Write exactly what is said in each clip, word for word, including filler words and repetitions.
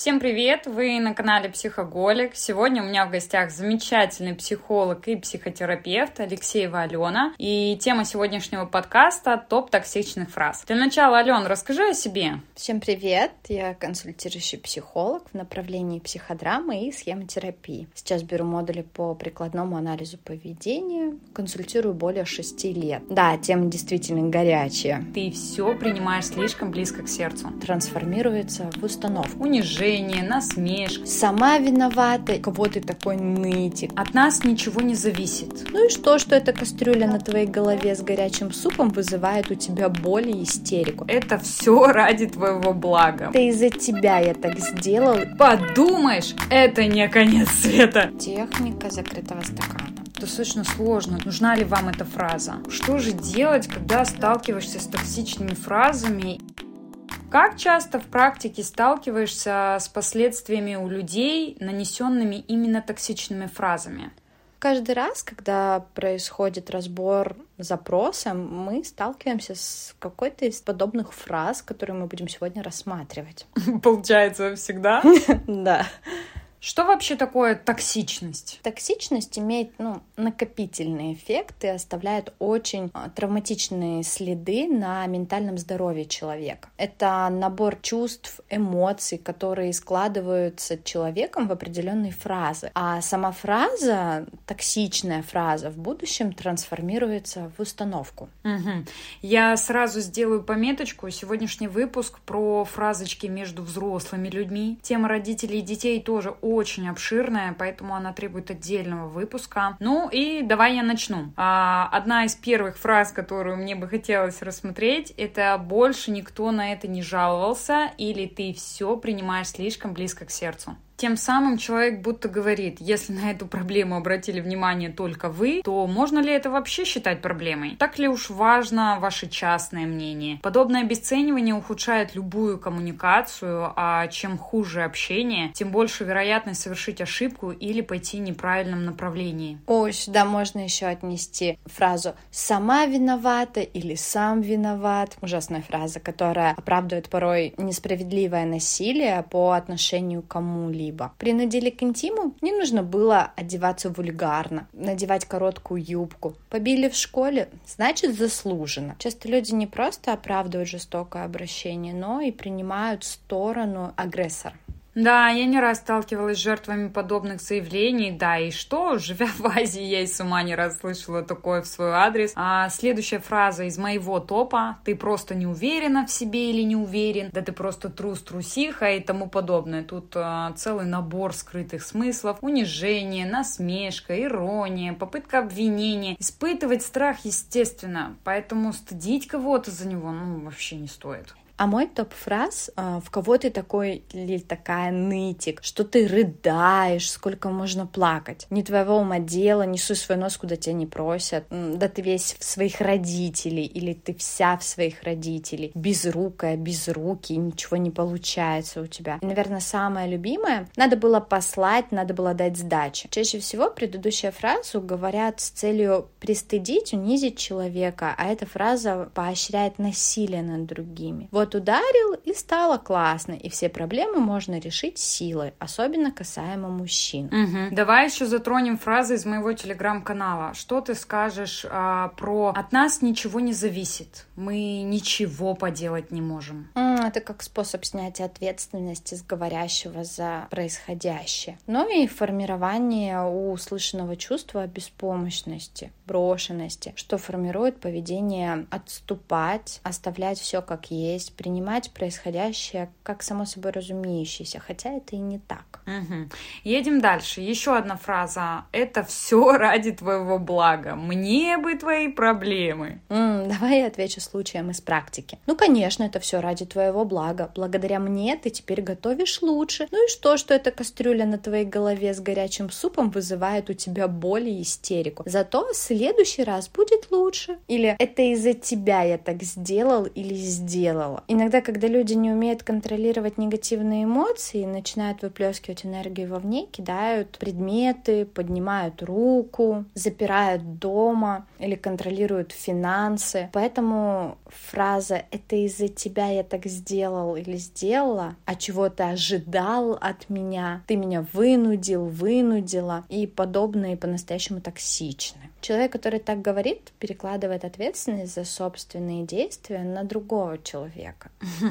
Всем привет! Вы на канале Психоголик. Сегодня у меня в гостях замечательный психолог и психотерапевт Алексеева Алена. И тема сегодняшнего подкаста — топ токсичных фраз. Для начала, Ален, расскажи о себе. Всем привет! Я консультирующий психолог в направлении психодрамы и схемотерапии. Сейчас беру модули по прикладному анализу поведения. Консультирую более шести лет. Да, тема действительно горячая. Ты все принимаешь слишком близко к сердцу. Трансформируется в установку. Унижение, насмешка. Сама виновата. Кого ты такой нытик? От нас ничего не зависит. Ну и что, что эта кастрюля на твоей голове с горячим супом вызывает у тебя боль и истерику? Это все ради твоего блага. Это из-за тебя я так сделал. Подумаешь, это не конец света. Техника закрытого стакана. Достаточно сложно. Нужна ли вам эта фраза? Что же делать, когда сталкиваешься с токсичными фразами? Как часто в практике сталкиваешься с последствиями у людей, нанесенными именно токсичными фразами? Каждый раз, когда происходит разбор запроса, мы сталкиваемся с какой-то из подобных фраз, которые мы будем сегодня рассматривать. Получается, всегда? Да. Что вообще такое токсичность? Токсичность имеет ну, накопительный эффект и оставляет очень травматичные следы на ментальном здоровье человека. Это набор чувств, эмоций, которые складываются человеком в определенные фразы. А сама фраза, токсичная фраза, в будущем трансформируется в установку. Угу. Я сразу сделаю пометочку. Сегодняшний выпуск про фразочки между взрослыми людьми. Тема родителей и детей тоже очень обширная, поэтому она требует отдельного выпуска. Ну и давай я начну. А, одна из первых фраз, которую мне бы хотелось рассмотреть, это «больше никто на это не жаловался» или «ты все принимаешь слишком близко к сердцу». Тем самым человек будто говорит, если на эту проблему обратили внимание только вы, то можно ли это вообще считать проблемой? Так ли уж важно ваше частное мнение? Подобное обесценивание ухудшает любую коммуникацию, а чем хуже общение, тем больше вероятность совершить ошибку или пойти в неправильном направлении. О, сюда можно еще отнести фразу «сама виновата» или «сам виноват». Ужасная фраза, которая оправдывает порой несправедливое насилие по отношению к кому-либо. Принудили к интиму, не нужно было одеваться вульгарно, надевать короткую юбку. Побили в школе, значит заслуженно. Часто люди не просто оправдывают жестокое обращение, но и принимают сторону агрессора. Да, я не раз сталкивалась с жертвами подобных заявлений, да, и что, живя в Азии, я и с ума не раз слышала такое в свой адрес. А следующая фраза из моего топа: «ты просто не уверена в себе или не уверен», «да ты просто трус, трусиха» и тому подобное. Тут а, целый набор скрытых смыслов: унижение, насмешка, ирония, попытка обвинения. Испытывать страх, естественно, поэтому стыдить кого-то за него, ну, вообще не стоит. А мой топ-фраз э, «в кого ты такой или такая нытик», «что ты рыдаешь», «сколько можно плакать», «не твоего ума дело», «не суй свой нос, куда тебя не просят», «да ты весь в своих родителей» или «ты вся в своих родителей», «безрукая», «безрукий», «ничего не получается у тебя». И, наверное, самое любимое: «надо было послать, надо было дать сдачи». Чаще всего предыдущую фразу говорят с целью пристыдить, унизить человека, а эта фраза поощряет насилие над другими. Вот ударил, и стало классно, и все проблемы можно решить силой, особенно касаемо мужчин. Угу. Давай еще затронем фразы из моего телеграм-канала. Что ты скажешь а, про «от нас ничего не зависит», «мы ничего поделать не можем»? Это как способ снятия ответственности с говорящего за происходящее. Ну и формирование у услышанного чувства беспомощности, брошенности, что формирует поведение отступать, оставлять все как есть, принимать происходящее как само собой разумеющееся, хотя это и не так. Угу. Едем дальше. Еще одна фраза: «это все ради твоего блага, мне бы твои проблемы». М, давай я отвечу случаем из практики. Ну, конечно, это все ради твоего блага. Благодаря мне ты теперь готовишь лучше. Ну и что, что эта кастрюля на твоей голове с горячим супом вызывает у тебя боль и истерику? Зато в следующий раз будет лучше. Или «это из-за тебя я так сделал или сделала». иногда, когда люди не умеют контролировать негативные эмоции, начинают выплескивать энергию вовне, кидают предметы, поднимают руку, запирают дома или контролируют финансы. Поэтому фраза «это из-за тебя я так сделал или сделала», «а чего ты ожидал от меня», «ты меня вынудил, вынудила» и подобные по-настоящему токсичны. Человек, который так говорит, перекладывает ответственность за собственные действия на другого человека.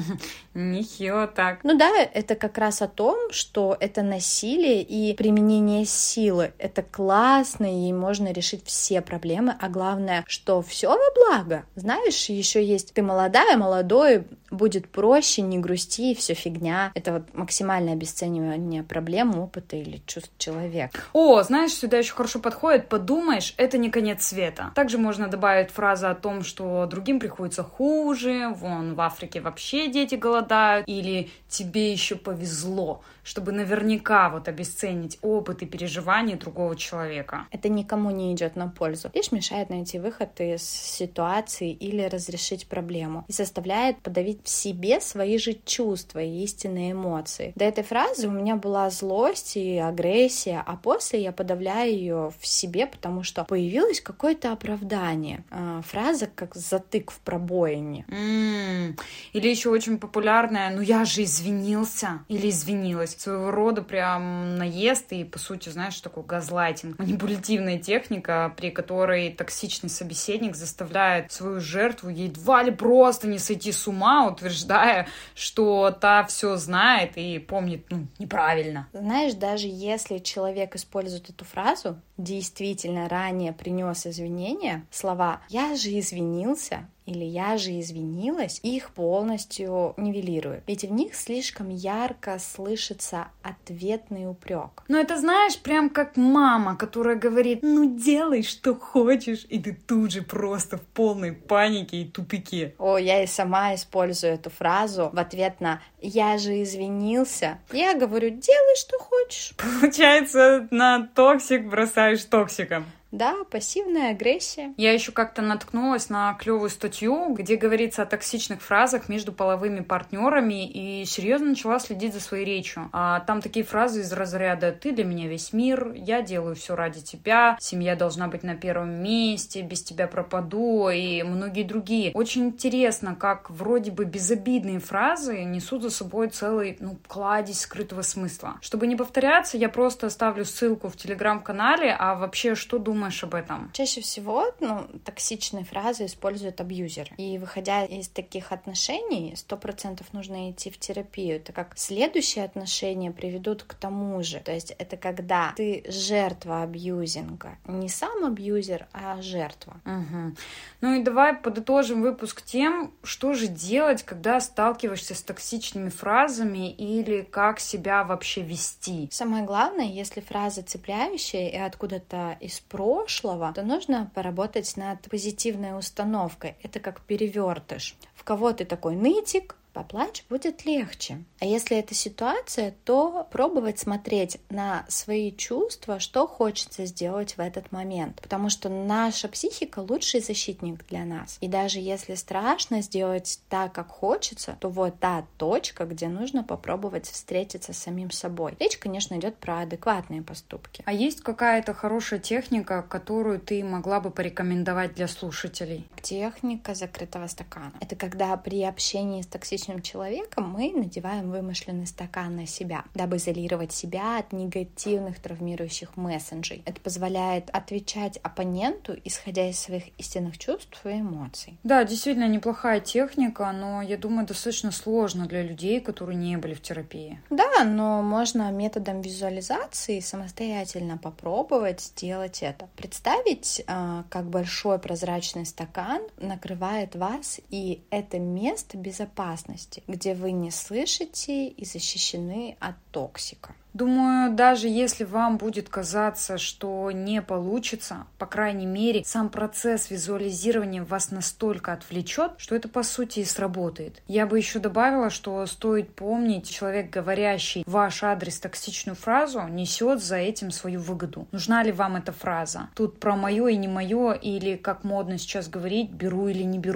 Нехило так. Ну да, это как раз о том, что это насилие и применение силы. Это классно, и можно решить все проблемы, а главное, что все во благо. Знаешь, еще есть ты молодая, молодой, будет проще, не грусти, все фигня. Это вот максимальное обесценивание проблем, опыта или чувств человека. О, знаешь, сюда еще хорошо подходит, подумаешь, это не конец света. Также можно добавить фразу о том, что другим приходится хуже, вон в Африке вообще дети голодают, или тебе еще повезло, чтобы наверняка вот обесценить опыт и переживания другого человека. Это никому не идет на пользу, лишь мешает найти выход из ситуации или разрешить проблему и заставляет подавить в себе свои же чувства и истинные эмоции. До этой фразы у меня была злость и агрессия, а после я подавляю ее в себе, потому что появилось какое-то оправдание. Фраза как затык в пробоине. М-м-м. Или еще очень популярная «ну я же извинился» или «извинилась». Своего рода прям наезд и, по сути, знаешь, такой газлайтинг. Манипулятивная техника, при которой токсичный собеседник заставляет свою жертву едва ли просто не сойти с ума, утверждая, что та все знает и помнит, ну, неправильно. Знаешь, даже если человек использует эту фразу, действительно ранее принес извинения, слова «я же извинился» или «я же извинилась», их полностью нивелируют. Ведь в них слишком ярко слышится ответный упрек. Ну это, знаешь, прям как мама, которая говорит «ну делай, что хочешь», и ты тут же просто в полной панике и тупике. О, я и сама использую эту фразу в ответ на «я же извинился». Я говорю «делай, что хочешь». Получается, на токсик бросаешь токсиком. Да, пассивная агрессия. Я еще как-то наткнулась на клевую статью, где говорится о токсичных фразах между половыми партнерами, и серьезно начала следить за своей речью. А там такие фразы из разряда «ты для меня весь мир», «я делаю все ради тебя», «семья должна быть на первом месте», «без тебя пропаду» и многие другие. Очень интересно, как вроде бы безобидные фразы несут за собой целый, ну, кладезь скрытого смысла. Чтобы не повторяться, я просто оставлю ссылку в телеграм-канале, а вообще, что думаешь об этом? Чаще всего, ну, токсичные фразы используют абьюзеры. И выходя из таких отношений, сто процентов нужно идти в терапию, так как следующие отношения приведут к тому же. То есть это когда ты жертва абьюзинга. Не сам абьюзер, а жертва. Угу. Ну и давай подытожим выпуск тем, что же делать, когда сталкиваешься с токсичными фразами или как себя вообще вести. Самое главное, если фраза цепляющая и откуда-то из прошлого, прошлого, то нужно поработать над позитивной установкой. Это как перевертыш. В кого ты такой нытик, поплачь, будет легче. А если это ситуация, то пробовать смотреть на свои чувства, что хочется сделать в этот момент. Потому что наша психика — лучший защитник для нас. И даже если страшно сделать так, как хочется, то вот та точка, где нужно попробовать встретиться с самим собой. Речь, конечно, идет про адекватные поступки. А есть какая-то хорошая техника, которую ты могла бы порекомендовать для слушателей? Техника закрытого стакана. Это когда при общении с токсичным человеком мы надеваем вымышленный стакан на себя, дабы изолировать себя от негативных травмирующих месседжей. Это позволяет отвечать оппоненту, исходя из своих истинных чувств и эмоций. Да, действительно неплохая техника, но, я думаю, достаточно сложно для людей, которые не были в терапии. Да, но можно методом визуализации самостоятельно попробовать сделать это. Представить, как большой прозрачный стакан накрывает вас, и это место безопасности, где вы не слышите и защищены от токсика. Думаю, даже если вам будет казаться, что не получится, по крайней мере, сам процесс визуализирования вас настолько отвлечет, что это по сути и сработает. Я бы еще добавила, что стоит помнить, человек, говорящий в ваш адрес токсичную фразу, несет за этим свою выгоду. Нужна ли вам эта фраза? Тут про мое и не мое, или, как модно сейчас говорить, беру или не беру.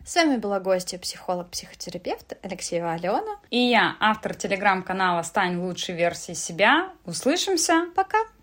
С вами была гостья, психолог-психотерапевт Алексеева Алена. И я, автор телеграм-канала «Стань лучшей версией себя». Услышимся. Пока!